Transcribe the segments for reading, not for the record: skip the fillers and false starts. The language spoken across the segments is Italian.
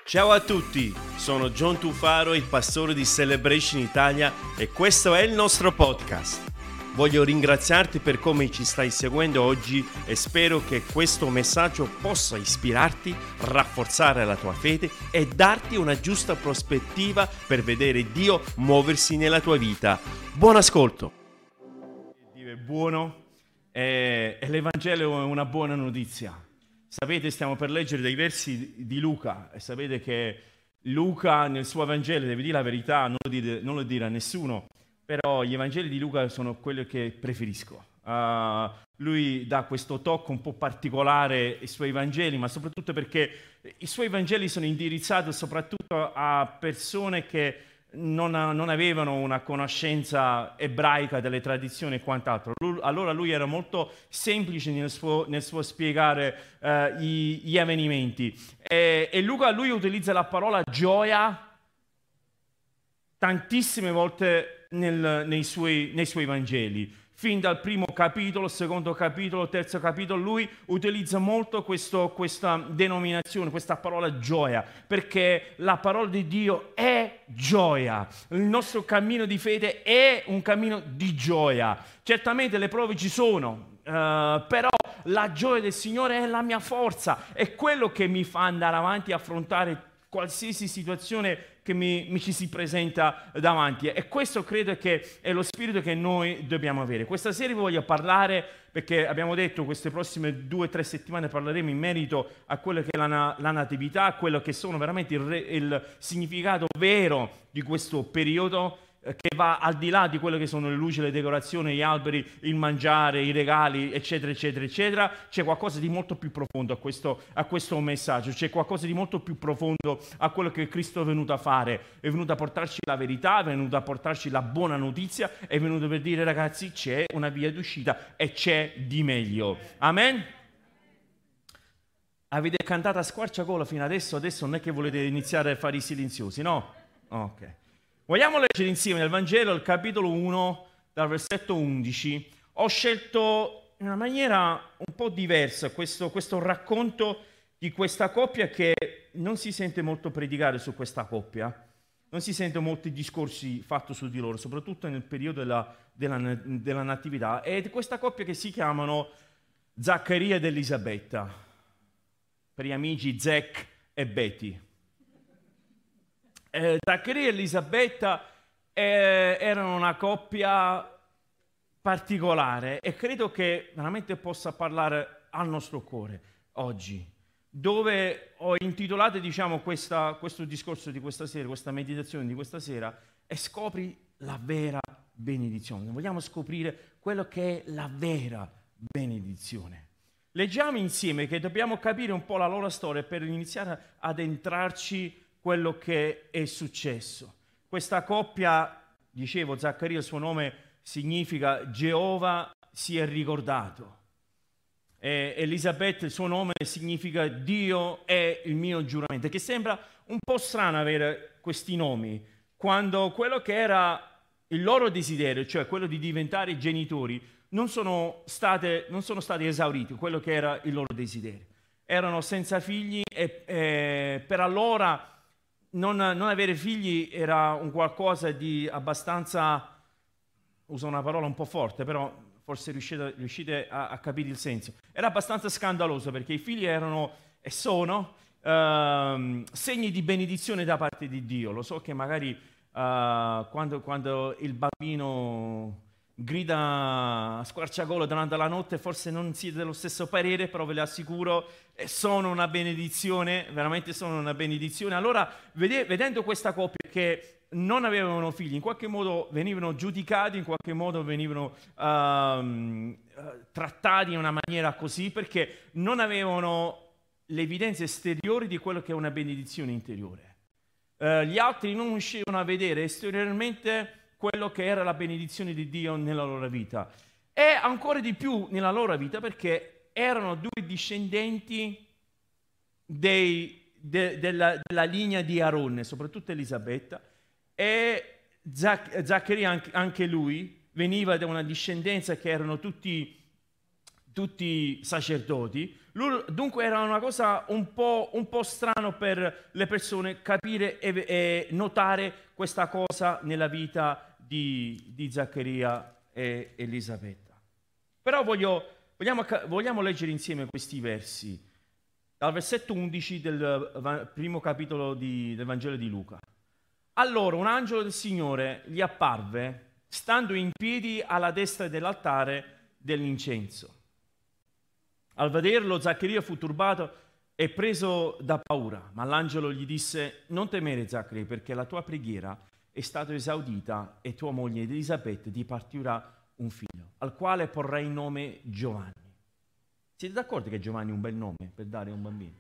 Ciao a tutti, sono John Tufaro, il pastore di Celebration Italia e questo è il nostro podcast. Voglio ringraziarti per come ci stai seguendo oggi e spero che questo messaggio possa ispirarti, rafforzare la tua fede e darti una giusta prospettiva per vedere Dio muoversi nella tua vita. Buon ascolto! Dio è buono e l'Evangelo è una buona notizia. Sapete, stiamo per leggere dei versi di Luca e sapete che Luca nel suo Vangelo, devi dire la verità, non lo dire a nessuno, però gli Evangeli di Luca sono quelli che preferisco. Lui dà questo tocco un po' particolare ai suoi Vangeli, ma soprattutto perché i suoi Vangeli sono indirizzati soprattutto a persone che non avevano una conoscenza ebraica delle tradizioni e quant'altro. Allora lui era molto semplice nel suo spiegare gli avvenimenti. E Luca, lui utilizza la parola gioia tantissime volte nei suoi Vangeli. Fin dal primo capitolo, secondo capitolo, terzo capitolo, lui utilizza molto questa denominazione, questa parola gioia, perché la parola di Dio è gioia. Il nostro cammino di fede è un cammino di gioia. Certamente le prove ci sono, però la gioia del Signore è la mia forza, è quello che mi fa andare avanti e affrontare qualsiasi situazione che mi ci si presenta davanti, e questo credo che è lo spirito che noi dobbiamo avere. Questa sera vi voglio parlare, perché abbiamo detto queste prossime 2 o 3 settimane parleremo in merito a quello che è la natività, a quello che sono veramente il significato vero di questo periodo, che va al di là di quello che sono le luci, le decorazioni, gli alberi, il mangiare, i regali, eccetera, eccetera, eccetera. C'è qualcosa di molto più profondo a questo messaggio, c'è qualcosa di molto più profondo a quello che Cristo è venuto a fare. È venuto a portarci la verità, è venuto a portarci la buona notizia, è venuto per dire: ragazzi, c'è una via d'uscita e c'è di meglio. Amen? Avete cantato a squarciagola fino adesso non è che volete iniziare a fare i silenziosi, no? Ok. Vogliamo leggere insieme nel Vangelo il capitolo 1 dal versetto 11. Ho scelto in una maniera un po' diversa questo racconto di questa coppia, che non si sente molto predicare su questa coppia, non si sente molti discorsi fatti su di loro, soprattutto nel periodo della natività. E questa coppia che si chiamano Zaccaria ed Elisabetta, per gli amici Zac e Betty. Zaccaria e Elisabetta erano una coppia particolare e credo che veramente possa parlare al nostro cuore oggi, dove ho intitolato, questo discorso di questa sera, questa meditazione di questa sera, e scopri la vera benedizione. Vogliamo scoprire quello che è la vera benedizione. Leggiamo insieme, che dobbiamo capire un po' la loro storia per iniziare ad entrarci quello che è successo. Questa coppia, dicevo, Zaccaria, il suo nome significa Geova si è ricordato. Elisabetta, il suo nome significa Dio è il mio giuramento, che sembra un po' strano avere questi nomi, quando quello che era il loro desiderio, cioè quello di diventare genitori, non sono stati esauriti, quello che era il loro desiderio. Erano senza figli e per allora non avere figli era un qualcosa di abbastanza, uso una parola un po' forte, però forse riuscite a capire il senso. Era abbastanza scandaloso, perché i figli erano e sono segni di benedizione da parte di Dio. Lo so che magari quando il bambino grida a squarciagola durante la notte, forse non siete dello stesso parere, però ve lo assicuro, sono una benedizione, veramente sono una benedizione. Allora, vedendo questa coppia che non avevano figli, in qualche modo venivano giudicati, in qualche modo venivano trattati in una maniera così, perché non avevano le evidenze esteriori di quello che è una benedizione interiore. Gli altri non riuscivano a vedere esteriormente quello che era la benedizione di Dio nella loro vita, e ancora di più nella loro vita, perché erano 2 discendenti della linea di Aronne, soprattutto Elisabetta, e Zaccaria, anche lui veniva da una discendenza che erano tutti sacerdoti, Dunque era una cosa un po' strano per le persone capire e notare questa cosa nella vita di Zaccaria e Elisabetta. Però vogliamo leggere insieme questi versi, dal versetto 11 del primo capitolo del Vangelo di Luca. Allora un angelo del Signore gli apparve, stando in piedi alla destra dell'altare dell'incenso. Al vederlo Zaccaria fu turbato e preso da paura, ma l'angelo gli disse: non temere, Zaccaria, perché la tua preghiera è stata esaudita e tua moglie Elisabetta ti partirà un figlio, al quale porrai il nome Giovanni. Siete d'accordo che Giovanni è un bel nome per dare a un bambino?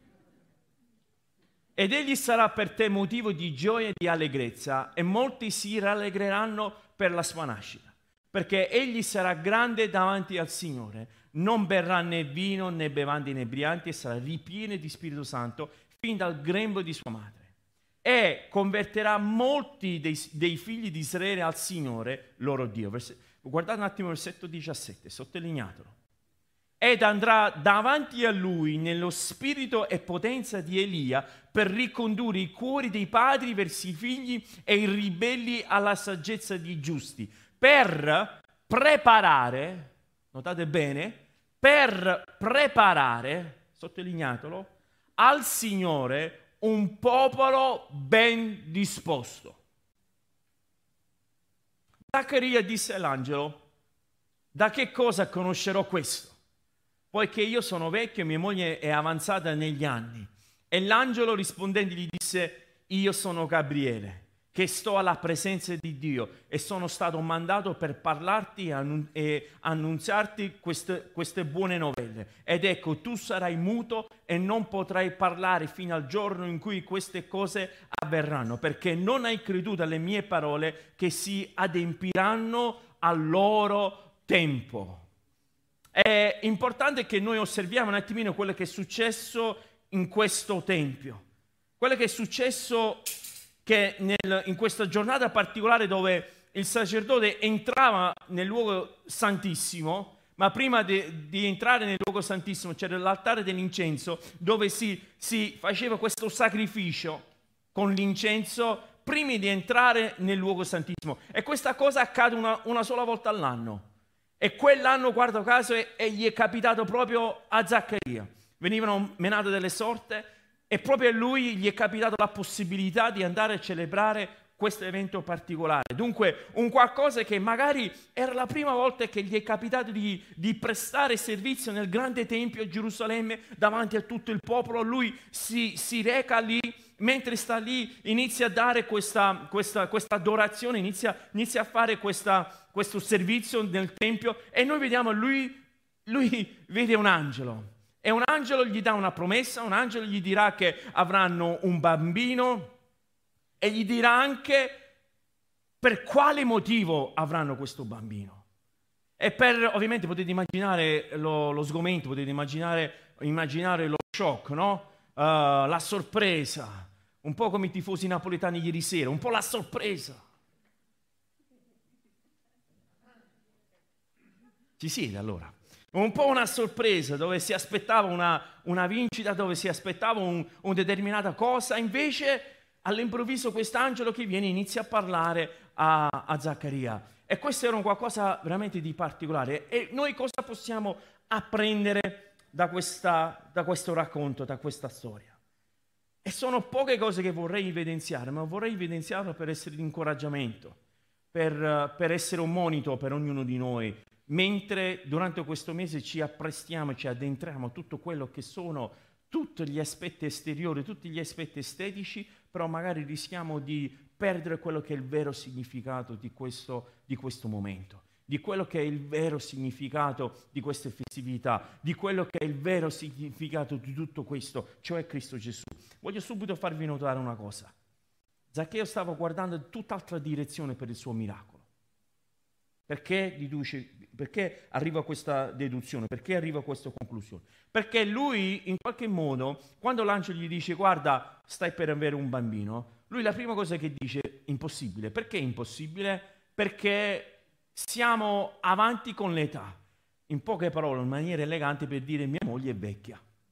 Ed egli sarà per te motivo di gioia e di allegrezza, e molti si rallegreranno per la sua nascita, perché egli sarà grande davanti al Signore. Non berrà né vino né bevande inebrianti e sarà ripieno di Spirito Santo fin dal grembo di sua madre. E converterà molti dei figli di Israele al Signore, loro Dio. Guardate un attimo il versetto 17, sottolineatelo. Ed andrà davanti a lui nello spirito e potenza di Elia per ricondurre i cuori dei padri verso i figli e i ribelli alla saggezza dei giusti, per preparare, notate bene, per preparare, sottolineatelo, al Signore un popolo ben disposto. Zaccaria disse all'angelo: da che cosa conoscerò questo? Poiché io sono vecchio e mia moglie è avanzata negli anni. E l'angelo rispondendo gli disse: io sono Gabriele, che sto alla presenza di Dio e sono stato mandato per parlarti e annunziarti queste buone novelle. Ed ecco, tu sarai muto e non potrai parlare fino al giorno in cui queste cose avverranno, perché non hai creduto alle mie parole che si adempiranno al loro tempo. È importante che noi osserviamo un attimino quello che è successo in questo tempio, quello che è successo che in questa giornata particolare dove il sacerdote entrava nel luogo santissimo, ma prima di entrare nel luogo santissimo c'era l'altare dell'incenso dove si faceva questo sacrificio con l'incenso prima di entrare nel luogo santissimo. E questa cosa accade una sola volta all'anno. E quell'anno, guarda caso, e gli è capitato proprio a Zaccaria. Venivano menate delle sorte e proprio a lui gli è capitata la possibilità di andare a celebrare questo evento particolare. Dunque, un qualcosa che magari era la prima volta che gli è capitato di prestare servizio nel grande tempio a Gerusalemme davanti a tutto il popolo. Lui si reca lì, mentre sta lì inizia a dare questa adorazione, inizia a fare questo servizio nel tempio, e noi vediamo lui vede un angelo. E un angelo gli dà una promessa, un angelo gli dirà che avranno un bambino e gli dirà anche per quale motivo avranno questo bambino. E ovviamente potete immaginare lo sgomento, potete immaginare lo shock, no? La sorpresa, un po' come i tifosi napoletani ieri sera, un po' la sorpresa. Ci siete allora? Un po' una sorpresa dove si aspettava una vincita, dove si aspettava una determinata cosa, invece all'improvviso quest'angelo che viene inizia a parlare a Zaccaria. E questo era un qualcosa veramente di particolare. E noi cosa possiamo apprendere da questo racconto, da questa storia? E sono poche cose che vorrei evidenziare, ma vorrei evidenziarlo per essere di incoraggiamento, per essere un monito per ognuno di noi, mentre durante questo mese ci apprestiamo, ci addentriamo a tutto quello che sono tutti gli aspetti esteriori, tutti gli aspetti estetici, però magari rischiamo di perdere quello che è il vero significato di questo momento, di quello che è il vero significato di queste festività, di quello che è il vero significato di tutto questo, cioè Cristo Gesù. Voglio subito farvi notare una cosa. Zaccheo stava guardando in tutt'altra direzione per il suo miracolo. Perché arriva a questa deduzione? Perché arriva a questa conclusione? Perché lui, in qualche modo, quando l'angelo gli dice guarda, stai per avere un bambino, lui la prima cosa che dice, impossibile. Perché impossibile? Perché siamo avanti con l'età. In poche parole, in maniera elegante per dire mia moglie è vecchia.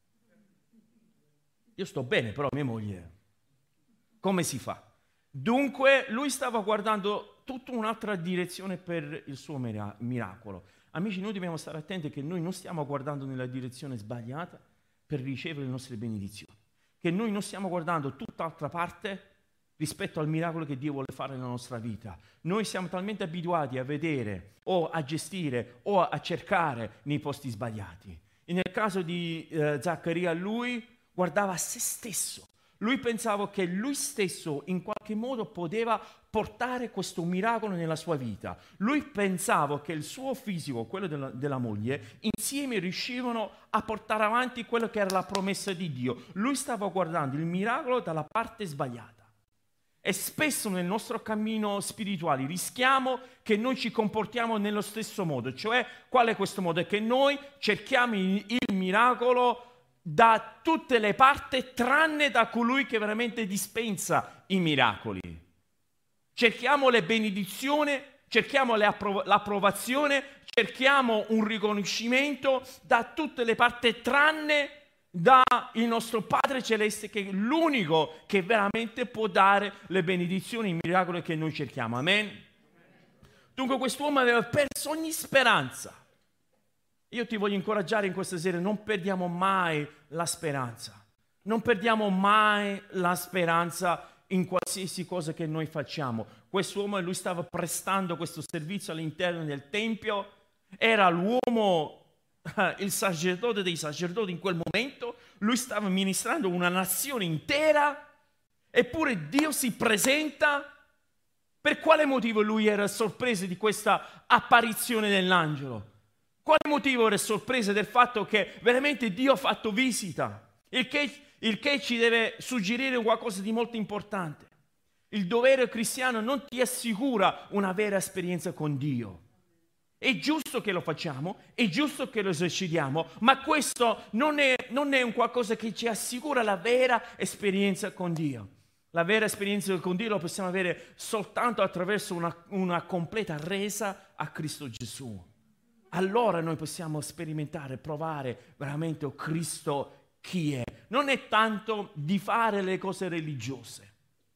io sto bene, però mia moglie, come si fa? Dunque lui stava guardando tutta un'altra direzione per il suo miracolo. Amici, noi dobbiamo stare attenti che noi non stiamo guardando nella direzione sbagliata per ricevere le nostre benedizioni, che noi non stiamo guardando tutt'altra parte rispetto al miracolo che Dio vuole fare nella nostra vita. Noi siamo talmente abituati a vedere o a gestire o a cercare nei posti sbagliati. E nel caso di Zaccaria, lui guardava a se stesso. Lui pensava che lui stesso in qualche modo poteva portare questo miracolo nella sua vita. Lui pensava che il suo fisico, quello della moglie, insieme riuscivano a portare avanti quello che era la promessa di Dio. Lui stava guardando il miracolo dalla parte sbagliata. E spesso nel nostro cammino spirituale rischiamo che noi ci comportiamo nello stesso modo. Cioè, qual è questo modo? È che noi cerchiamo il miracolo da tutte le parti tranne da colui che veramente dispensa i miracoli. Cerchiamo le benedizioni, cerchiamo l'approvazione, cerchiamo un riconoscimento da tutte le parti tranne da il nostro Padre Celeste, che è l'unico che veramente può dare le benedizioni, i miracoli che noi cerchiamo. Amen? Dunque quest'uomo aveva perso ogni speranza. Io ti voglio incoraggiare in questa sera, non perdiamo mai la speranza. Non perdiamo mai la speranza in qualsiasi cosa che noi facciamo. Quest'uomo, lui stava prestando questo servizio all'interno del Tempio, era l'uomo, il sacerdote dei sacerdoti in quel momento, lui stava ministrando una nazione intera, eppure Dio si presenta. Per quale motivo lui era sorpreso di questa apparizione dell'angelo? Quale motivo era sorpresa del fatto che veramente Dio ha fatto visita? Il che ci deve suggerire qualcosa di molto importante. Il dovere cristiano non ti assicura una vera esperienza con Dio. È giusto che lo facciamo, è giusto che lo esercitiamo, ma questo non è un qualcosa che ci assicura la vera esperienza con Dio. La vera esperienza con Dio la possiamo avere soltanto attraverso una completa resa a Cristo Gesù. Allora noi possiamo sperimentare, provare veramente Cristo chi è. Non è tanto di fare le cose religiose.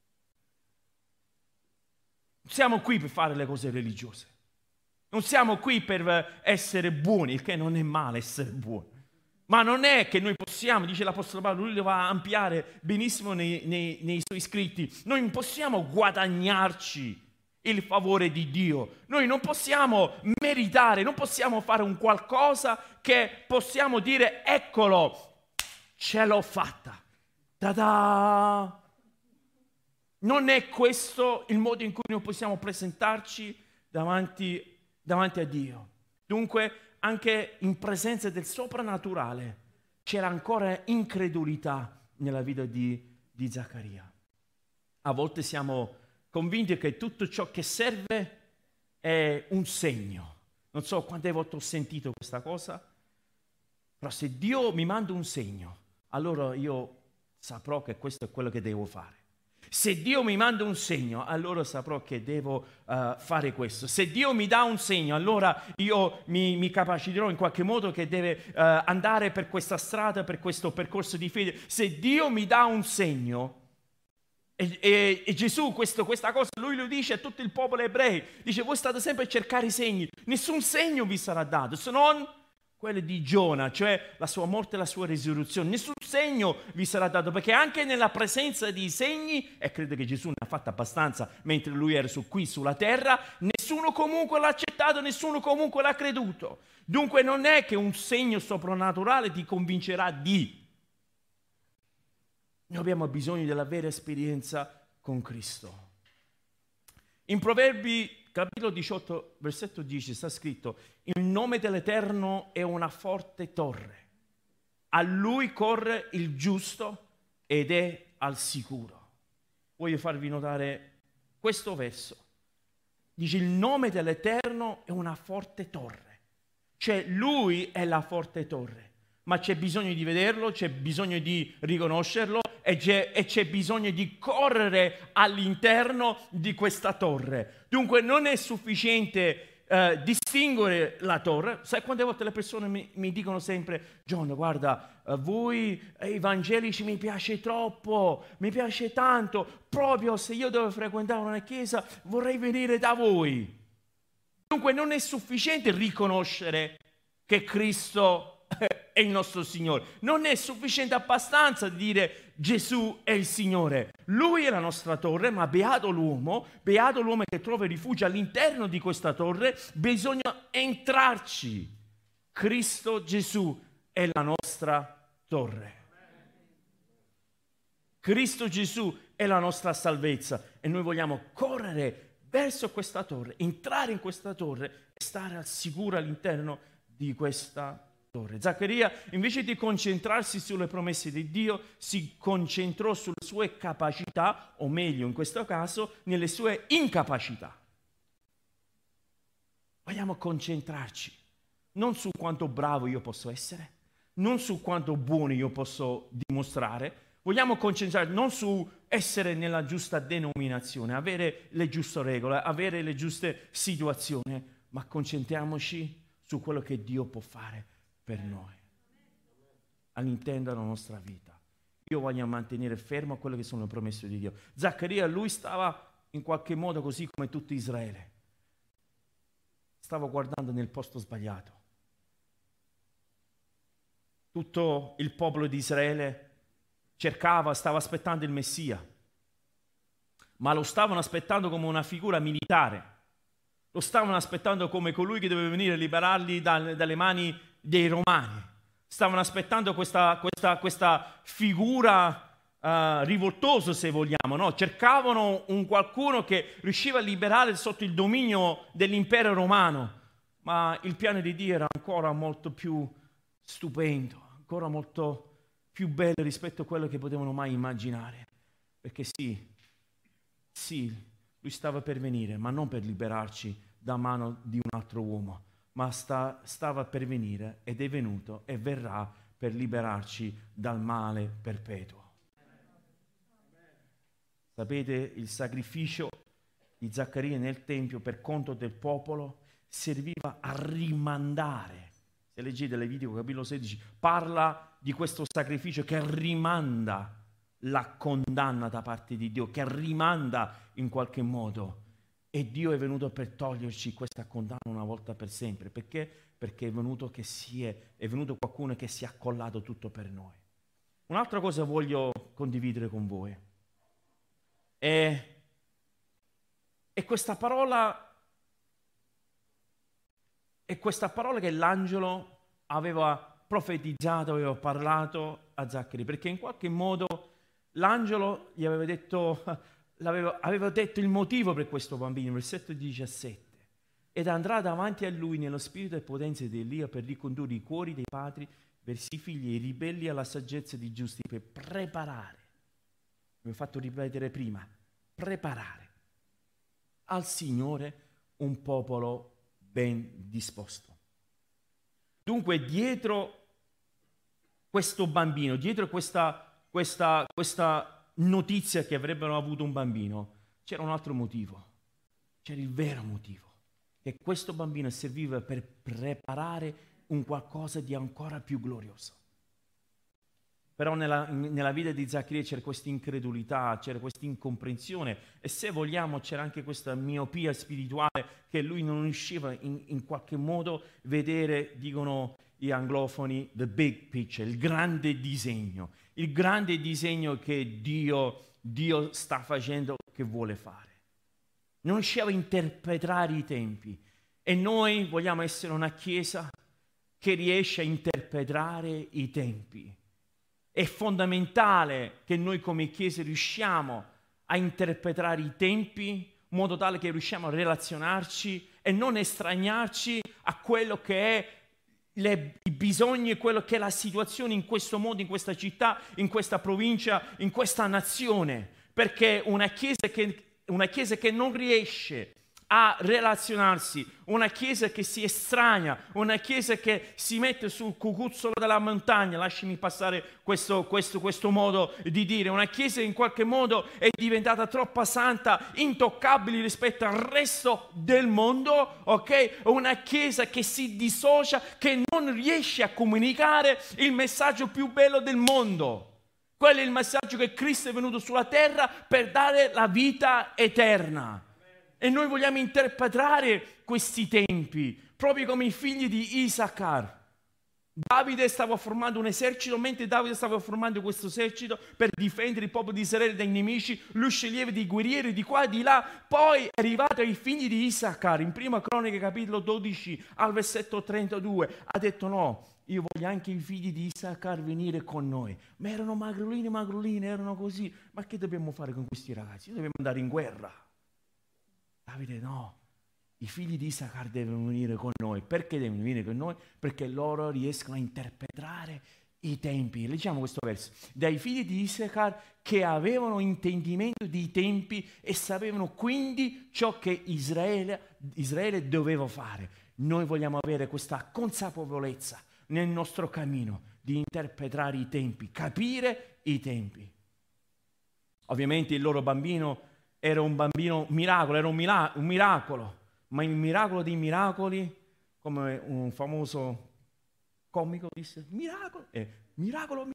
Non siamo qui per fare le cose religiose. Non siamo qui per essere buoni, il che non è male essere buoni. Ma non è che noi possiamo, dice l'Apostolo Paolo, lui lo va a ampliare benissimo nei suoi scritti, noi non possiamo guadagnarci il favore di Dio. Noi non possiamo meritare, non possiamo fare un qualcosa che possiamo dire, eccolo, ce l'ho fatta. Ta-da! Non è questo il modo in cui noi possiamo presentarci davanti a Dio. Dunque, anche in presenza del soprannaturale c'era ancora incredulità nella vita di Zaccaria. A volte siamo convinti che tutto ciò che serve è un segno. Non so quante volte ho sentito questa cosa, però se Dio mi manda un segno, allora io saprò che questo è quello che devo fare. Se Dio mi manda un segno, allora saprò che devo fare questo. Se Dio mi dà un segno, allora io mi capaciterò in qualche modo che deve andare per questa strada, per questo percorso di fede. Se Dio mi dà un segno, e Gesù questa cosa, lui lo dice a tutto il popolo ebreo, dice voi state sempre a cercare i segni, nessun segno vi sarà dato, se non quello di Giona, cioè la sua morte e la sua risurrezione. Nessun segno vi sarà dato, perché anche nella presenza di segni, e credo che Gesù ne ha fatto abbastanza mentre lui era qui sulla terra, nessuno comunque l'ha accettato, nessuno comunque l'ha creduto. Dunque non è che un segno soprannaturale ti convincerà di. Noi abbiamo bisogno della vera esperienza con Cristo. In Proverbi capitolo 18, versetto 10 sta scritto: il nome dell'Eterno è una forte torre, a lui corre il giusto ed è al sicuro. Voglio farvi notare questo verso. Dice il nome dell'Eterno è una forte torre, cioè lui è la forte torre, ma c'è bisogno di vederlo, c'è bisogno di riconoscerlo e c'è bisogno di correre all'interno di questa torre. Dunque non è sufficiente distinguere la torre. Sai quante volte le persone mi dicono sempre: John, guarda, voi evangelici mi piace troppo, mi piace tanto, proprio se io devo frequentare una chiesa vorrei venire da voi. Dunque non è sufficiente riconoscere che Cristo è il nostro Signore, non è sufficiente abbastanza dire Gesù è il Signore. Lui è la nostra torre, ma beato l'uomo che trova rifugio all'interno di questa torre. Bisogna entrarci. Cristo Gesù è la nostra torre. Cristo Gesù è la nostra salvezza e noi vogliamo correre verso questa torre, entrare in questa torre e stare al sicuro all'interno di questa torre. Zaccaria, invece di concentrarsi sulle promesse di Dio, si concentrò sulle sue capacità, o meglio in questo caso, nelle sue incapacità. Vogliamo concentrarci non su quanto bravo io posso essere, non su quanto buono io posso dimostrare. Vogliamo concentrarci non su essere nella giusta denominazione, avere le giuste regole, avere le giuste situazioni, ma concentriamoci su quello che Dio può fare per noi all'interno della nostra vita. Io voglio mantenere fermo a quello che sono le promesse di Dio. Zaccaria, lui stava in qualche modo così come tutto Israele. Stava guardando nel posto sbagliato. Tutto il popolo di Israele stava aspettando il Messia, ma lo stavano aspettando come una figura militare. Lo stavano aspettando come colui che doveva venire a liberarli dalle mani dei Romani. Stavano aspettando questa figura rivoltosa, se vogliamo, no? Cercavano un qualcuno che riusciva a liberare sotto il dominio dell'impero romano, ma il piano di Dio era ancora molto più stupendo, ancora molto più bello rispetto a quello che potevano mai immaginare. Perché sì, lui stava per venire, ma non per liberarci da mano di un altro uomo, ma stava per venire ed è venuto e verrà per liberarci dal male perpetuo. Sapete, il sacrificio di Zaccaria nel Tempio per conto del popolo serviva a rimandare. Se leggete Levitico capitolo 16, parla di questo sacrificio che rimanda la condanna da parte di Dio, che rimanda in qualche modo. E Dio è venuto per toglierci questa condanna una volta per sempre. Perché? Perché è venuto qualcuno che si è accollato tutto per noi. Un'altra cosa voglio condividere con voi. È questa parola che l'angelo aveva profetizzato, aveva parlato a Zaccaria, perché in qualche modo l'angelo gli aveva detto il motivo per questo bambino, versetto 17, ed andrà davanti a lui nello spirito e potenza di Elia per ricondurre i cuori dei padri verso i figli e i ribelli alla saggezza dei giusti, per preparare, vi ho fatto ripetere prima, preparare al Signore un popolo ben disposto. Dunque dietro questo bambino, dietro questa notizia che avrebbero avuto un bambino, c'era un altro motivo, c'era il vero motivo, che questo bambino serviva per preparare un qualcosa di ancora più glorioso. Però nella vita di Zaccaria c'era questa incredulità, c'era questa incomprensione e se vogliamo c'era anche questa miopia spirituale che lui non riusciva in qualche modo vedere, dicono gli anglofoni, the big picture, il grande disegno che Dio sta facendo, che vuole fare. Non riusciva a interpretare i tempi e noi vogliamo essere una chiesa che riesce a interpretare i tempi. È fondamentale che noi come Chiesa riusciamo a interpretare i tempi in modo tale che riusciamo a relazionarci e non estraniarci a quello che è i bisogni e quello che è la situazione in questo mondo, in questa città, in questa provincia, in questa nazione. Perché una chiesa che non riesce a relazionarsi, una chiesa che si estranea, una chiesa che si mette sul cucuzzolo della montagna, lasciami passare questo modo di dire, una chiesa che in qualche modo è diventata troppo santa, intoccabile rispetto al resto del mondo, ok? Una chiesa che si dissocia, che non riesce a comunicare il messaggio più bello del mondo. Quello è il messaggio che Cristo è venuto sulla terra per dare la vita eterna. E noi vogliamo interpretare questi tempi, proprio come i figli di Isaccar. Davide stava formando un esercito, mentre Davide stava formando questo esercito per difendere il popolo di Israele dai nemici, lui sceglieva dei guerrieri di qua e di là, poi è arrivato ai figli di Isaccar, in Prima Cronache capitolo 12 al versetto 32, ha detto no, io voglio anche i figli di Isaccar venire con noi, ma erano magrolini, erano così, ma che dobbiamo fare con questi ragazzi? Dobbiamo andare in guerra. Davide no, i figli di Isaccar devono venire con noi. Perché devono venire con noi? Perché loro riescono a interpretare i tempi. Leggiamo questo verso. Dai figli di Isaccar che avevano intendimento di tempi e sapevano quindi ciò che Israele doveva fare. Noi vogliamo avere questa consapevolezza nel nostro cammino di interpretare i tempi, capire i tempi. Ovviamente il loro bambino era un bambino miracolo, era un miracolo, ma il miracolo dei miracoli, come un famoso comico disse, miracolo.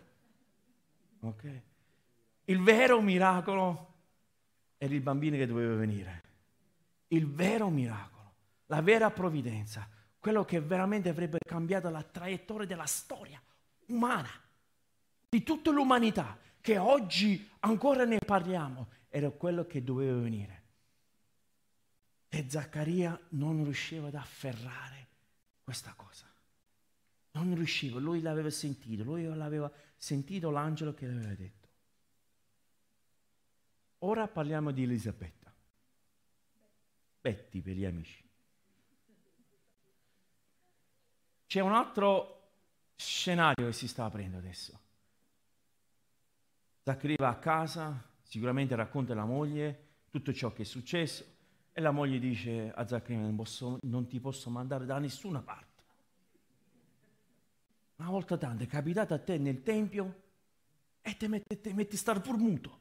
Okay. Il vero miracolo era il bambino che doveva venire. Il vero miracolo, la vera provvidenza, quello che veramente avrebbe cambiato la traiettoria della storia umana, di tutta l'umanità, che oggi ancora ne parliamo, era quello che doveva venire. E Zaccaria non riusciva ad afferrare questa cosa. Non riusciva, lui l'aveva sentito l'angelo che le aveva detto. Ora parliamo di Elisabetta. Betty per gli amici. C'è un altro scenario che si sta aprendo adesso. Zaccaria va a casa, sicuramente racconta alla moglie tutto ciò che è successo e la moglie dice a Zaccaria non ti posso mandare da nessuna parte. Una volta tanto è capitato a te nel tempio e ti metti a stare pur muto.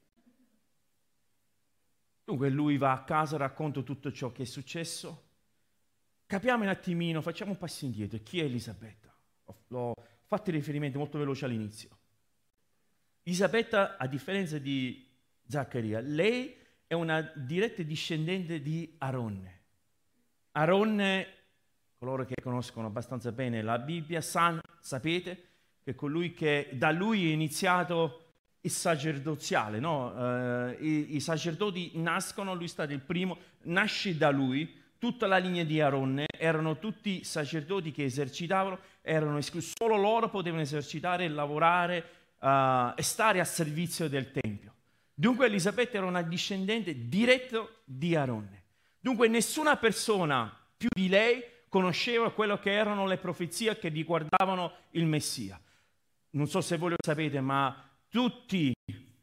Dunque lui va a casa, racconta tutto ciò che è successo. Capiamo un attimino, facciamo un passo indietro. Chi è Elisabetta? L'ho fatto riferimento molto veloce all'inizio. Elisabetta, a differenza di Zaccaria, lei è una diretta discendente di Aronne. Aronne, coloro che conoscono abbastanza bene la Bibbia, sapete che da lui è iniziato il sacerdoziale, no? I sacerdoti nascono, lui è stato il primo, nasce da lui. Tutta la linea di Aronne erano tutti sacerdoti che esercitavano, erano esclusi, solo loro potevano esercitare, lavorare e stare a servizio del Tempio. Dunque Elisabetta era una discendente diretta di Aronne. Dunque nessuna persona più di lei conosceva quello che erano le profezie che riguardavano il Messia. Non so se voi lo sapete, ma tutti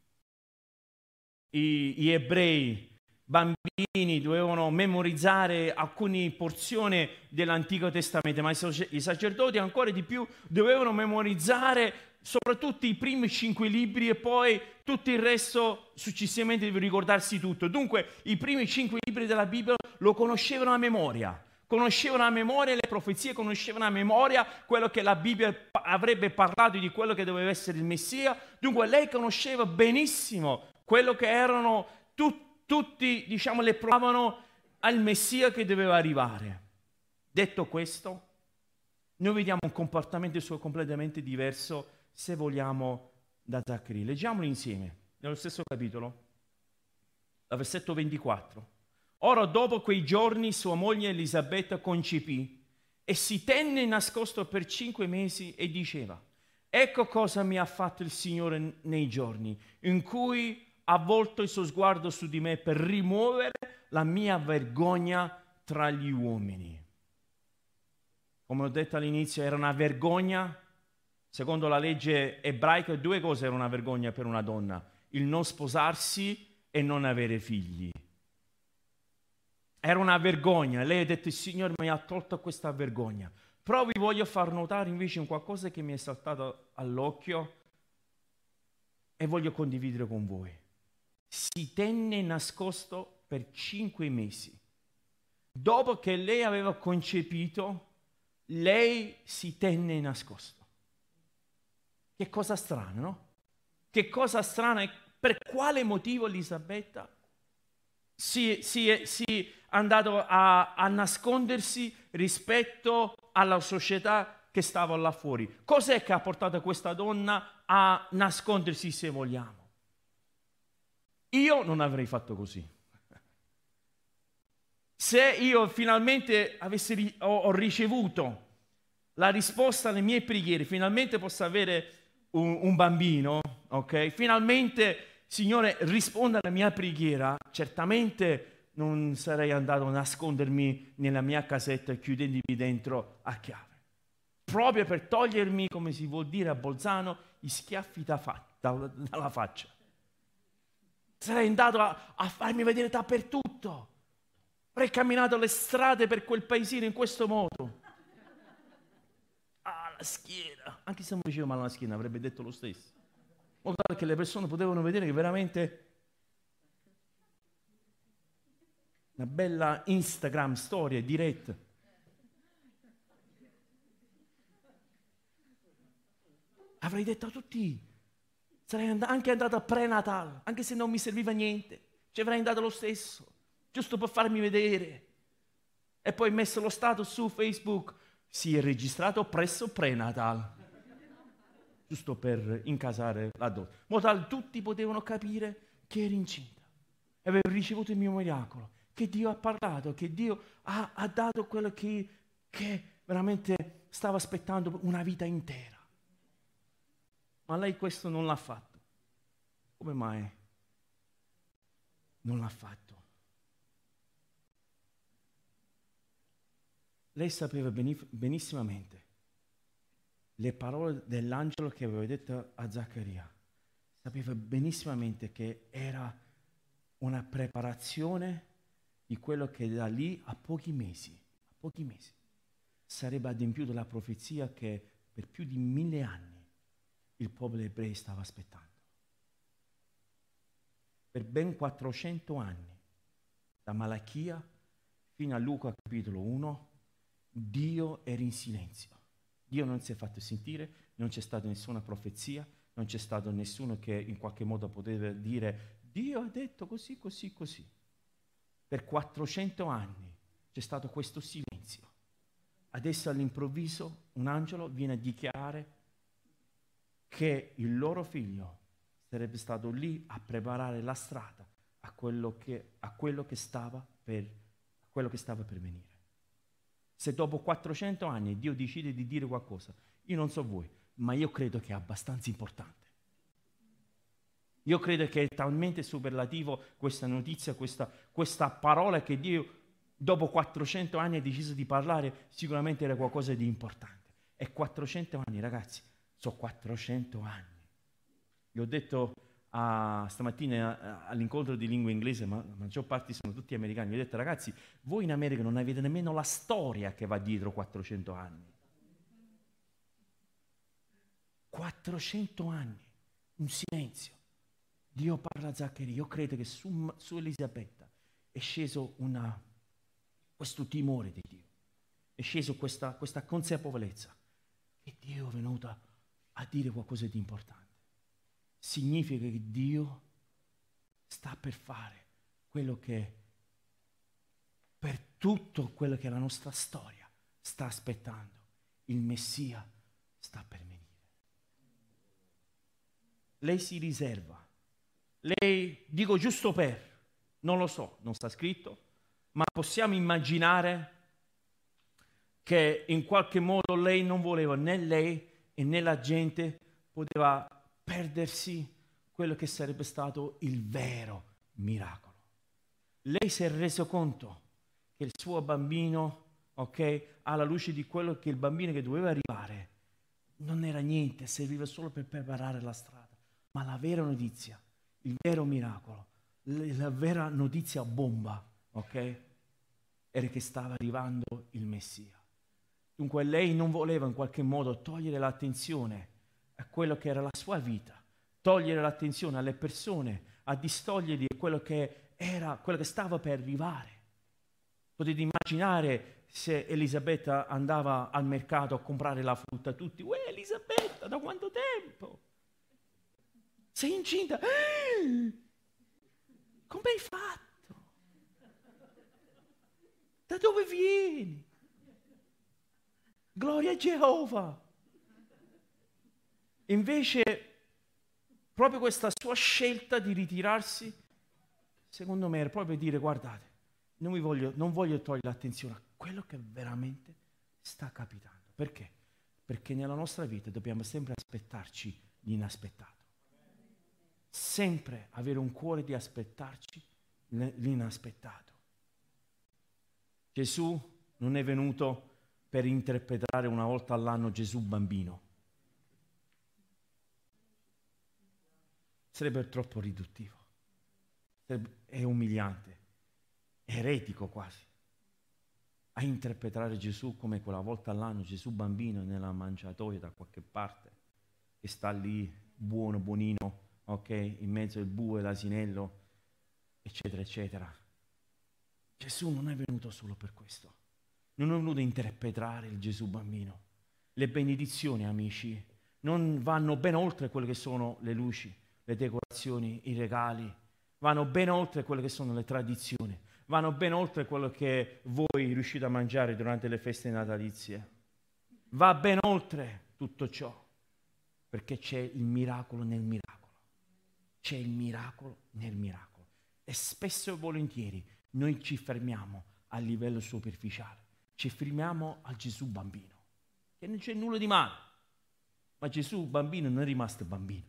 gli ebrei bambini dovevano memorizzare alcune porzioni dell'Antico Testamento, ma i sacerdoti ancora di più dovevano memorizzare soprattutto i primi 5 libri e poi tutto il resto successivamente deve ricordarsi tutto. Dunque i primi 5 libri della Bibbia lo conoscevano a memoria. Conoscevano a memoria le profezie, conoscevano a memoria quello che la Bibbia avrebbe parlato di quello che doveva essere il Messia. Dunque lei conosceva benissimo quello che erano tutti, diciamo, le provavano al Messia che doveva arrivare. Detto questo, noi vediamo un comportamento suo completamente diverso, se vogliamo, da Zaccaria. Leggiamolo insieme, nello stesso capitolo, dal versetto 24. Ora, dopo quei giorni, sua moglie Elisabetta concepì e si tenne nascosto per 5 mesi e diceva: ecco cosa mi ha fatto il Signore nei giorni in cui ha volto il suo sguardo su di me per rimuovere la mia vergogna tra gli uomini. Come ho detto all'inizio, era una vergogna, secondo la legge ebraica, 2 cose erano una vergogna per una donna: il non sposarsi e non avere figli. Era una vergogna. Lei ha detto: il Signore mi ha tolto questa vergogna. Però vi voglio far notare invece un qualcosa che mi è saltato all'occhio e voglio condividere con voi. Si tenne nascosto per 5 mesi. Dopo che lei aveva concepito, lei si tenne nascosto. Che cosa strana, no? Che cosa strana. Per quale motivo Elisabetta si è andato a nascondersi rispetto alla società che stava là fuori? Cos'è che ha portato questa donna a nascondersi, se vogliamo? Io non avrei fatto così. Se io finalmente ho ricevuto la risposta alle mie preghiere, finalmente posso avere un bambino, ok? Finalmente, Signore, risponda alla mia preghiera, certamente non sarei andato a nascondermi nella mia casetta e chiudendomi dentro a chiave. Proprio per togliermi, come si vuol dire a Bolzano, gli schiaffi dalla faccia. Sarei andato a farmi vedere dappertutto. Avrei camminato le strade per quel paesino in questo modo. Ah, la schiena. Anche se non mi faceva male la schiena, avrebbe detto lo stesso. Modo tale che le persone potevano vedere che veramente una bella Instagram storia diretta. Avrei detto a tutti, sarei anche andato a prenatal, anche se non mi serviva niente, ci avrei andato lo stesso, giusto per farmi vedere. E poi messo lo status su Facebook, si è registrato presso prenatal, giusto per incasare la donna. In modo tale tutti potevano capire che ero incinta e avevo ricevuto il mio miracolo, che Dio ha parlato, che Dio ha dato quello che veramente stavo aspettando una vita intera. Ma lei questo non l'ha fatto. Come mai non l'ha fatto? Lei sapeva benissimamente le parole dell'angelo che aveva detto a Zaccaria. Sapeva benissimamente che era una preparazione di quello che da lì a pochi mesi sarebbe adempiuto la profezia che per più di 1000 anni il popolo ebreo stava aspettando. Per ben 400 anni, da Malachia fino a Luca capitolo 1, Dio era in silenzio. Dio non si è fatto sentire, non c'è stata nessuna profezia, non c'è stato nessuno che in qualche modo poteva dire Dio ha detto così, così, così. Per 400 anni c'è stato questo silenzio. Adesso all'improvviso un angelo viene a dichiarare che il loro figlio sarebbe stato lì a preparare la strada a quello che stava per venire. Se dopo 400 anni Dio decide di dire qualcosa, io non so voi, ma io credo che è abbastanza importante. Io credo che è talmente superlativo questa notizia, questa parola che Dio dopo 400 anni ha deciso di parlare, sicuramente era qualcosa di importante. E 400 anni, ragazzi, sono 400 anni. Gli ho detto stamattina all'incontro di lingua inglese, ma la maggior parte sono tutti americani, gli ho detto ragazzi, voi in America non avete nemmeno la storia che va dietro 400 anni. 400 anni, un silenzio. Dio parla a Zaccaria. Io credo che su Elisabetta è sceso questo timore di Dio, è sceso questa consapevolezza che Dio è venuto a dire qualcosa di importante. Significa che Dio sta per fare quello che per tutto quello che è la nostra storia sta aspettando. Il Messia sta per venire. Lei si riserva. Lei, dico giusto per, non lo so, non sta scritto, ma possiamo immaginare che in qualche modo lei non voleva, né lei e né la gente poteva perdersi quello che sarebbe stato il vero miracolo. Lei si è reso conto che il suo bambino, ok, alla luce di quello che il bambino che doveva arrivare, non era niente, serviva solo per preparare la strada, ma la vera notizia, il vero miracolo, la vera notizia bomba, ok? era che stava arrivando il Messia. Dunque lei non voleva in qualche modo togliere l'attenzione a quello che era la sua vita, togliere l'attenzione alle persone, a distoglierli da quello che era, quello che stava per arrivare. Potete immaginare se Elisabetta andava al mercato a comprare la frutta, tutti, uè Elisabetta, da quanto tempo? Sei incinta? Come hai fatto? Da dove vieni? Gloria a Geova! Invece, proprio questa sua scelta di ritirarsi, secondo me, era proprio dire, guardate, non voglio togliere l'attenzione a quello che veramente sta capitando. Perché? Perché nella nostra vita dobbiamo sempre aspettarci l'inaspettato. Sempre avere un cuore di aspettarci l'inaspettato. Gesù non è venuto per interpretare una volta all'anno Gesù bambino. Sarebbe troppo riduttivo, è umiliante, è eretico quasi. A interpretare Gesù come quella volta all'anno, Gesù bambino nella mangiatoia da qualche parte, che sta lì buono, buonino, ok, in mezzo al bue, l'asinello, eccetera, eccetera. Gesù non è venuto solo per questo. Non è venuto a interpretare il Gesù bambino. Le benedizioni, amici, non vanno ben oltre quelle che sono le luci, le decorazioni, i regali. Vanno ben oltre quelle che sono le tradizioni. Vanno ben oltre quello che voi riuscite a mangiare durante le feste natalizie. Va ben oltre tutto ciò, perché c'è il miracolo nel miracolo. C'è il miracolo nel miracolo. E spesso e volentieri noi ci fermiamo a livello superficiale. Ci fermiamo al Gesù bambino, che non c'è nulla di male, ma Gesù bambino non è rimasto bambino,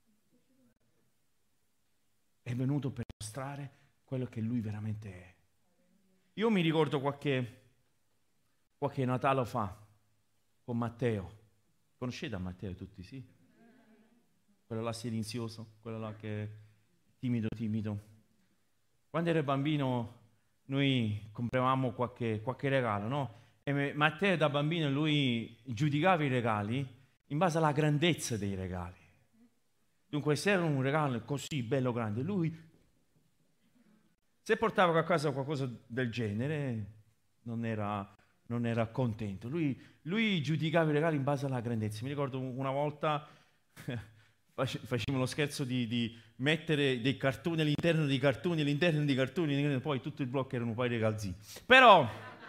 è venuto per mostrare quello che lui veramente è. Io mi ricordo qualche Natale fa con Matteo. Conoscete Matteo tutti, sì? Quello là silenzioso, quello là che è timido. Quando ero bambino noi compravamo qualche regalo, no? E Matteo da bambino lui giudicava i regali in base alla grandezza dei regali. Dunque se era un regalo così bello grande, lui se portava a casa qualcosa del genere non era contento. Lui giudicava i regali in base alla grandezza. Mi ricordo una volta facevamo lo scherzo di mettere dei cartoni all'interno dei cartoni, poi tutto il blocco erano poi regalzi. Però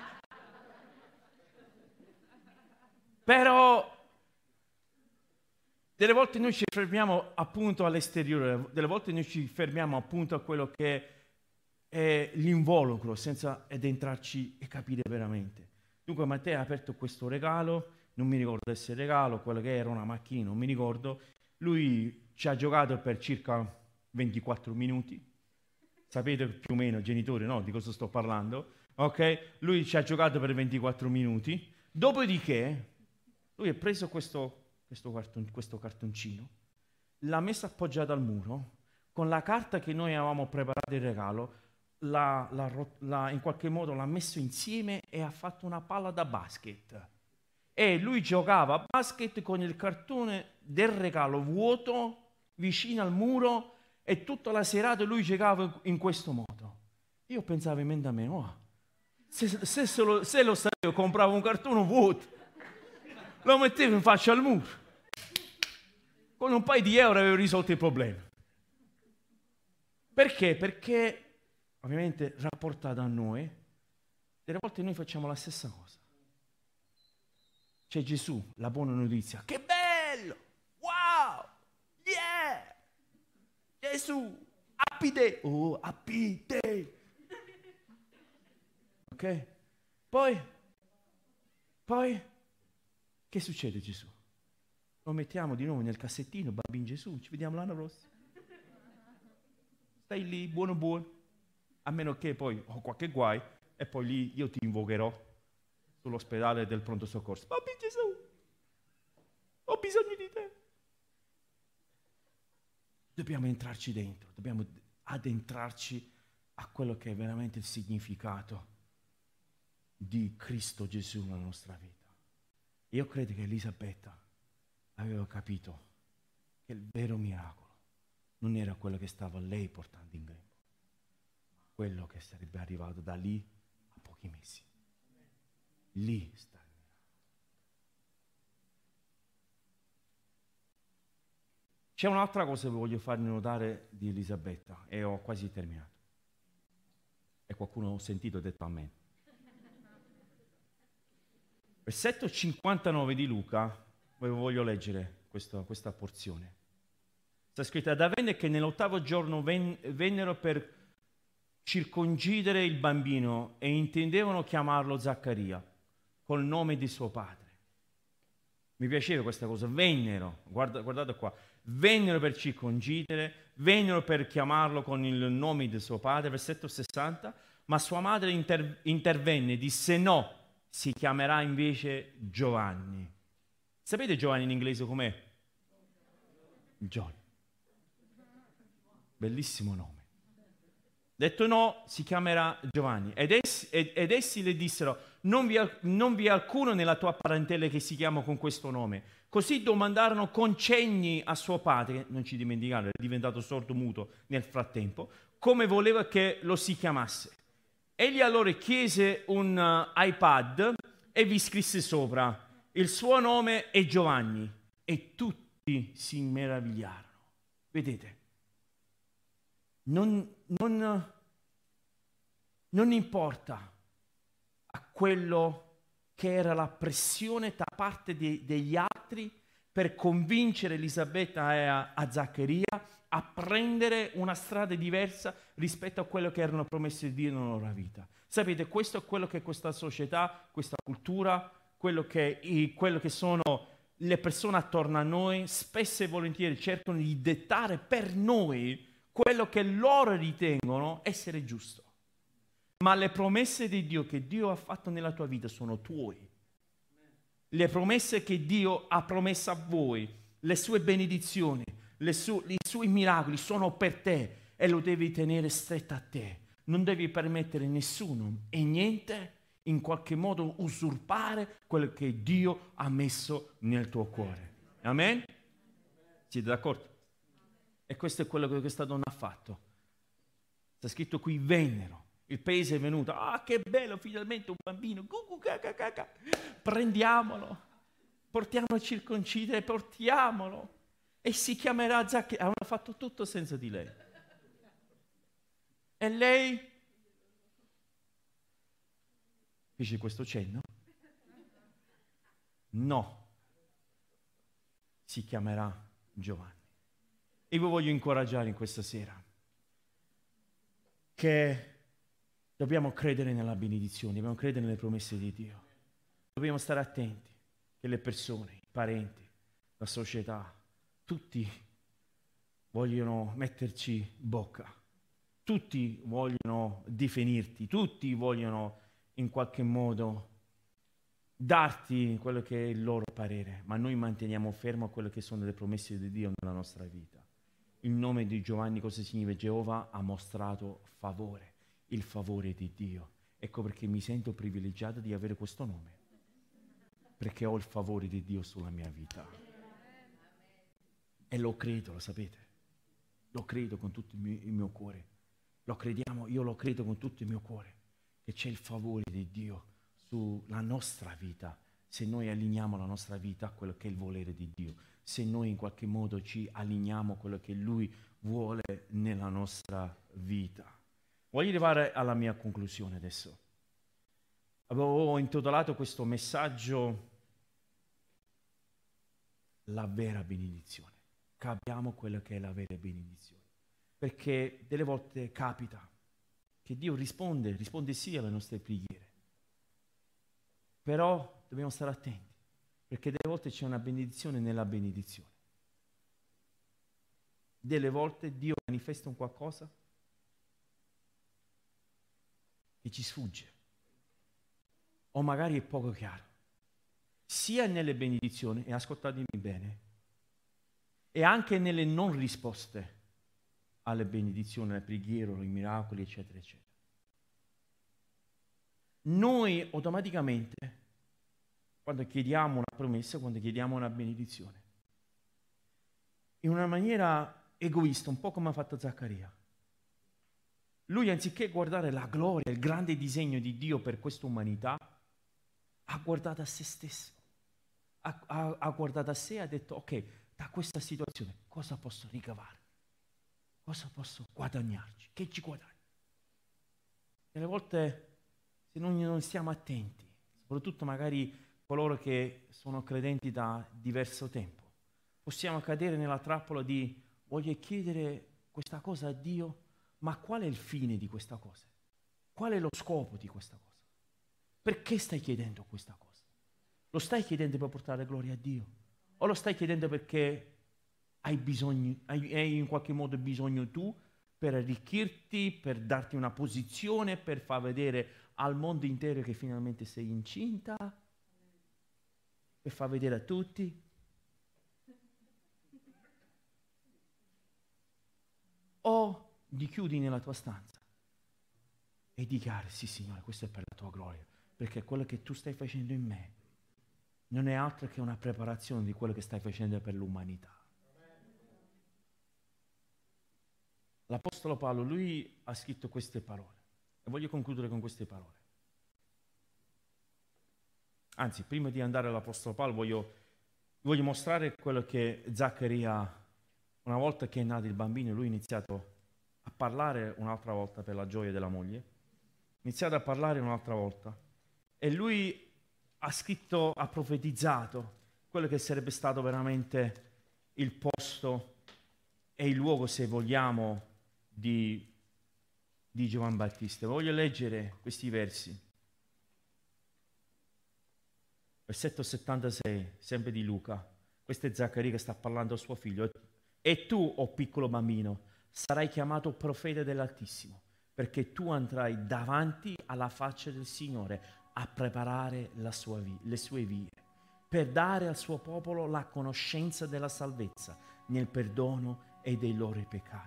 delle volte noi ci fermiamo appunto all'esteriore, delle volte noi ci fermiamo appunto a quello che è l'involucro, senza addentrarci e capire veramente. Dunque Matteo ha aperto questo regalo, non mi ricordo se regalo, quello che era una macchina, non mi ricordo. Lui ci ha giocato per circa 24 minuti. Sapete più o meno, genitori, no? Di cosa sto parlando? Ok? Lui ci ha giocato per 24 minuti. Dopodiché, lui ha preso questo cartoncino, l'ha messo appoggiato al muro, con la carta che noi avevamo preparato il regalo, in qualche modo l'ha messo insieme e ha fatto una palla da basket. E lui giocava a basket con il cartone del regalo vuoto vicino al muro e tutta la serata lui giocava in questo modo. Io pensavo in mente a me, oh, se lo sapevo compravo un cartone vuoto, lo mettevo in faccia al muro, con un paio di euro avevo risolto il problema. Perché? Perché ovviamente rapportato a noi, delle volte noi facciamo la stessa cosa. C'è Gesù, la buona notizia. Che bello! Wow! Yeah! Gesù! Happy day! Oh, happy day! Ok? Poi, che succede Gesù? Lo mettiamo di nuovo nel cassettino, bambino Gesù, ci vediamo l'anno prossimo. Stai lì, buono, a meno che poi ho qualche guai e poi lì io ti invocherò sull'ospedale del pronto soccorso. Bambino Gesù, ho bisogno di te. Dobbiamo entrarci dentro, dobbiamo addentrarci a quello che è veramente il significato di Cristo Gesù nella nostra vita. Io credo che Elisabetta aveva capito che il vero miracolo non era quello che stava lei portando in grembo, ma quello che sarebbe arrivato da lì a pochi mesi. Lì sta il miracolo. C'è un'altra cosa che voglio farvi notare di Elisabetta e ho quasi terminato. E qualcuno ho sentito ha detto amen. Versetto 59 di Luca, voglio leggere questa porzione. Sta scritto: ed avvenne che nell'8° giorno vennero per circoncidere il bambino e intendevano chiamarlo Zaccaria, col nome di suo padre. Mi piaceva questa cosa, vennero, guardate qua, vennero per circoncidere, vennero per chiamarlo con il nome di suo padre, versetto 60, ma sua madre intervenne e disse no, si chiamerà invece Giovanni. Sapete Giovanni in inglese com'è? John. Bellissimo nome. Detto no, si chiamerà Giovanni. Ed essi le dissero, non vi è alcuno nella tua parentela che si chiama con questo nome. Così domandarono con cenni a suo padre, non ci dimenticare, è diventato sordo muto nel frattempo, come voleva che lo si chiamasse. Egli allora chiese un iPad e vi scrisse sopra, il suo nome è Giovanni. E tutti si meravigliarono. Vedete? Non importa a quello che era la pressione da parte degli altri per convincere Elisabetta e a Zaccaria a prendere una strada diversa rispetto a quello che erano promesse di Dio nella loro vita. Sapete, questo è quello che questa società, questa cultura, quello che sono le persone attorno a noi, spesso e volentieri cercano di dettare per noi quello che loro ritengono essere giusto. Ma le promesse di Dio che Dio ha fatto nella tua vita sono tue. Le promesse che Dio ha promesso a voi, le sue benedizioni, i suoi miracoli sono per te e lo devi tenere stretto a te. Non devi permettere nessuno e niente in qualche modo usurpare quello che Dio ha messo nel tuo cuore. Amen? Siete d'accordo? E questo è quello che questa donna ha fatto. Sta scritto qui, vennero. Il paese è venuto. Ah, che bello, finalmente un bambino. Prendiamolo. Portiamolo a circoncidere, portiamolo. E si chiamerà Zaccaria. Hanno fatto tutto senza di lei. E lei fece questo cenno? No. Si chiamerà Giovanni. E vi voglio incoraggiare in questa sera che dobbiamo credere nella benedizione, dobbiamo credere nelle promesse di Dio. Dobbiamo stare attenti che le persone, i parenti, la società, tutti vogliono metterci bocca, tutti vogliono definirti, tutti vogliono in qualche modo darti quello che è il loro parere, ma noi manteniamo fermo quello che sono le promesse di Dio nella nostra vita. Il nome di Giovanni cosa significa? Geova ha mostrato favore, il favore di Dio. Ecco perché mi sento privilegiato di avere questo nome, perché ho il favore di Dio sulla mia vita. E lo credo, lo sapete? Lo credo con tutto il mio cuore. Lo crediamo, io lo credo con tutto il mio cuore, che c'è il favore di Dio sulla nostra vita, se noi allineiamo la nostra vita a quello che è il volere di Dio, se noi in qualche modo ci allineiamo a quello che Lui vuole nella nostra vita. Voglio arrivare alla mia conclusione adesso. Avevo intitolato questo messaggio La vera benedizione. Capiamo quello che è la vera benedizione. Perché delle volte capita che Dio risponde sì alle nostre preghiere. Però dobbiamo stare attenti, perché delle volte c'è una benedizione nella benedizione. Delle volte Dio manifesta un qualcosa che ci sfugge, o magari è poco chiaro, sia nelle benedizioni, e ascoltatemi bene, e anche nelle non risposte alle benedizioni, alle preghiere, ai miracoli, eccetera, eccetera. noi automaticamente, quando chiediamo una promessa, quando chiediamo una benedizione, in una maniera egoista, un po' come ha fatto Zaccaria, lui anziché guardare la gloria, il grande disegno di Dio per questa umanità, ha guardato a se stesso, ha guardato a sé e ha detto: ok, da questa situazione cosa posso ricavare? Cosa posso guadagnarci? Che ci guadagno? Delle volte, se noi non stiamo attenti, soprattutto magari coloro che sono credenti da diverso tempo, possiamo cadere nella trappola di: voglio chiedere questa cosa a Dio, ma qual è il fine di questa cosa? Qual è lo scopo di questa cosa? Perché stai chiedendo questa cosa? Lo stai chiedendo per portare gloria a Dio? O lo stai chiedendo perché hai in qualche modo bisogno tu per arricchirti, per darti una posizione, per far vedere al mondo intero che finalmente sei incinta, per far vedere a tutti? O ti chiudi nella tua stanza e dichiari: sì Signore, questo è per la tua gloria, perché quello che tu stai facendo in me non è altro che una preparazione di quello che stai facendo per l'umanità. L'Apostolo Paolo, lui ha scritto queste parole e voglio concludere con queste parole. Anzi, prima di andare all'Apostolo Paolo voglio mostrare quello che Zaccaria, una volta che è nato il bambino, lui ha iniziato a parlare un'altra volta per la gioia della moglie, ha iniziato a parlare un'altra volta e lui ha scritto, ha profetizzato quello che sarebbe stato veramente il posto e il luogo, se vogliamo, di Giovanni Battista. Voglio leggere questi versi. Versetto 76, sempre di Luca. Questo è Zaccaria che sta parlando a suo figlio. E tu, o piccolo bambino, sarai chiamato profeta dell'Altissimo, perché tu andrai davanti alla faccia del Signore a preparare le sue vie, per dare al suo popolo la conoscenza della salvezza nel perdono e dei loro peccati.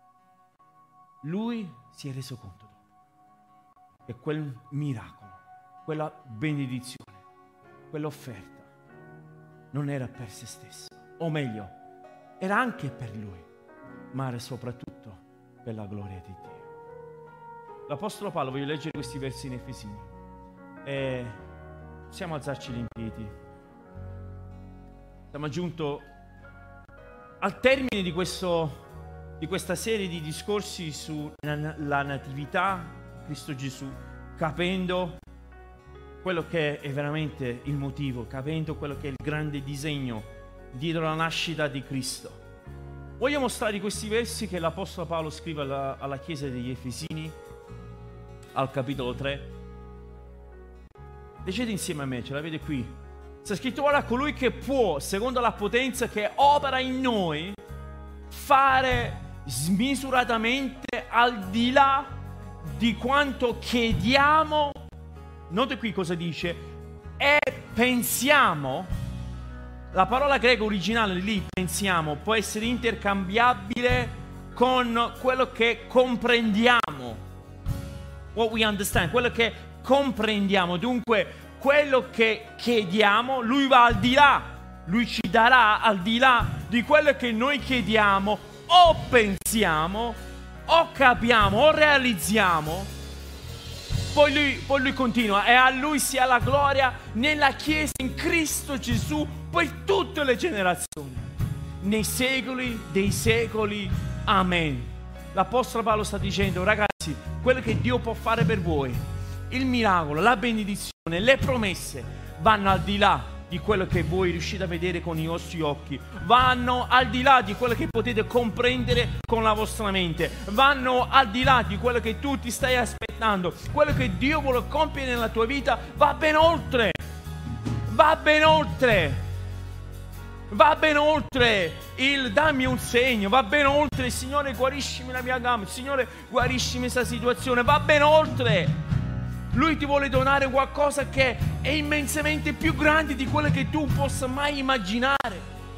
Lui si è reso conto dopo che quel miracolo, quella benedizione, quell'offerta non era per se stesso, o meglio, era anche per lui, ma era soprattutto per la gloria di Dio. L'Apostolo Paolo, voglio leggere questi versi in Efesini e possiamo alzarci in piedi. Siamo giunti al termine di questa serie di discorsi sulla natività di Cristo Gesù, capendo quello che è veramente il motivo, capendo quello che è il grande disegno dietro la nascita di Cristo. Voglio mostrare questi versi che l'Apostolo Paolo scrive alla Chiesa degli Efesini, al capitolo 3. Leggete insieme a me, ce l'avete qui. C'è scritto: ora colui che può, secondo la potenza che opera in noi, fare smisuratamente al di là di quanto chiediamo. Nota qui cosa dice: e pensiamo. La parola greca originale lì, pensiamo, può essere intercambiabile con quello che comprendiamo. What we understand, quello che comprendiamo. Dunque, quello che chiediamo, lui va al di là, lui ci darà al di là di quello che noi chiediamo, o pensiamo, o capiamo, o realizziamo. Poi lui continua: e a lui sia la gloria nella Chiesa in Cristo Gesù per tutte le generazioni, nei secoli dei secoli. Amen. L'Apostolo Paolo sta dicendo: ragazzi, quello che Dio può fare per voi, il miracolo, la benedizione, le promesse, vanno al di là di quello che voi riuscite a vedere con i vostri occhi, vanno al di là di quello che potete comprendere con la vostra mente, vanno al di là di quello che tu ti stai aspettando. Quello che Dio vuole compiere nella tua vita va ben oltre, va ben oltre, va ben oltre il dammi un segno, va ben oltre il Signore guariscimi la mia gamba, Signore guariscimi questa situazione, va ben oltre. Lui ti vuole donare qualcosa che è immensamente più grande di quello che tu possa mai immaginare.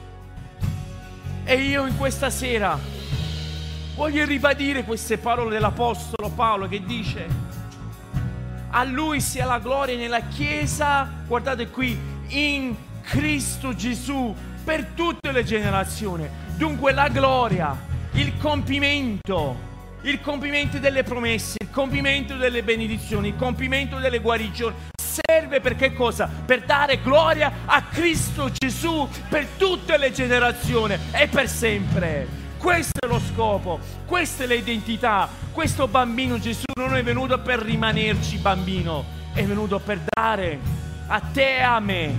E io in questa sera voglio ribadire queste parole dell'Apostolo Paolo che dice: A Lui sia la gloria nella Chiesa, guardate qui, in Cristo Gesù, per tutte le generazioni. Dunque la gloria, il compimento delle promesse, il compimento delle benedizioni, il compimento delle guarigioni, serve per che cosa? Per dare gloria a Cristo Gesù per tutte le generazioni e per sempre. Questo è lo scopo, questa è l'identità. Questo bambino Gesù non è venuto per rimanerci bambino, è venuto per dare a te e a me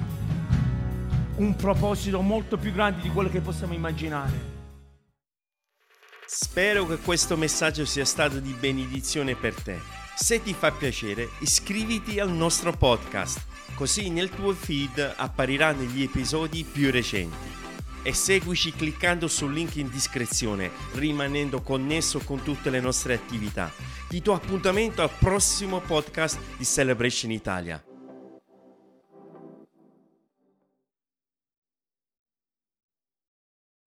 un proposito molto più grande di quello che possiamo immaginare. Spero che questo messaggio sia stato di benedizione per te. Se ti fa piacere, iscriviti al nostro podcast, così nel tuo feed appariranno gli episodi più recenti. E seguici cliccando sul link in descrizione, rimanendo connesso con tutte le nostre attività. Ti do appuntamento al prossimo podcast di Celebration Italia.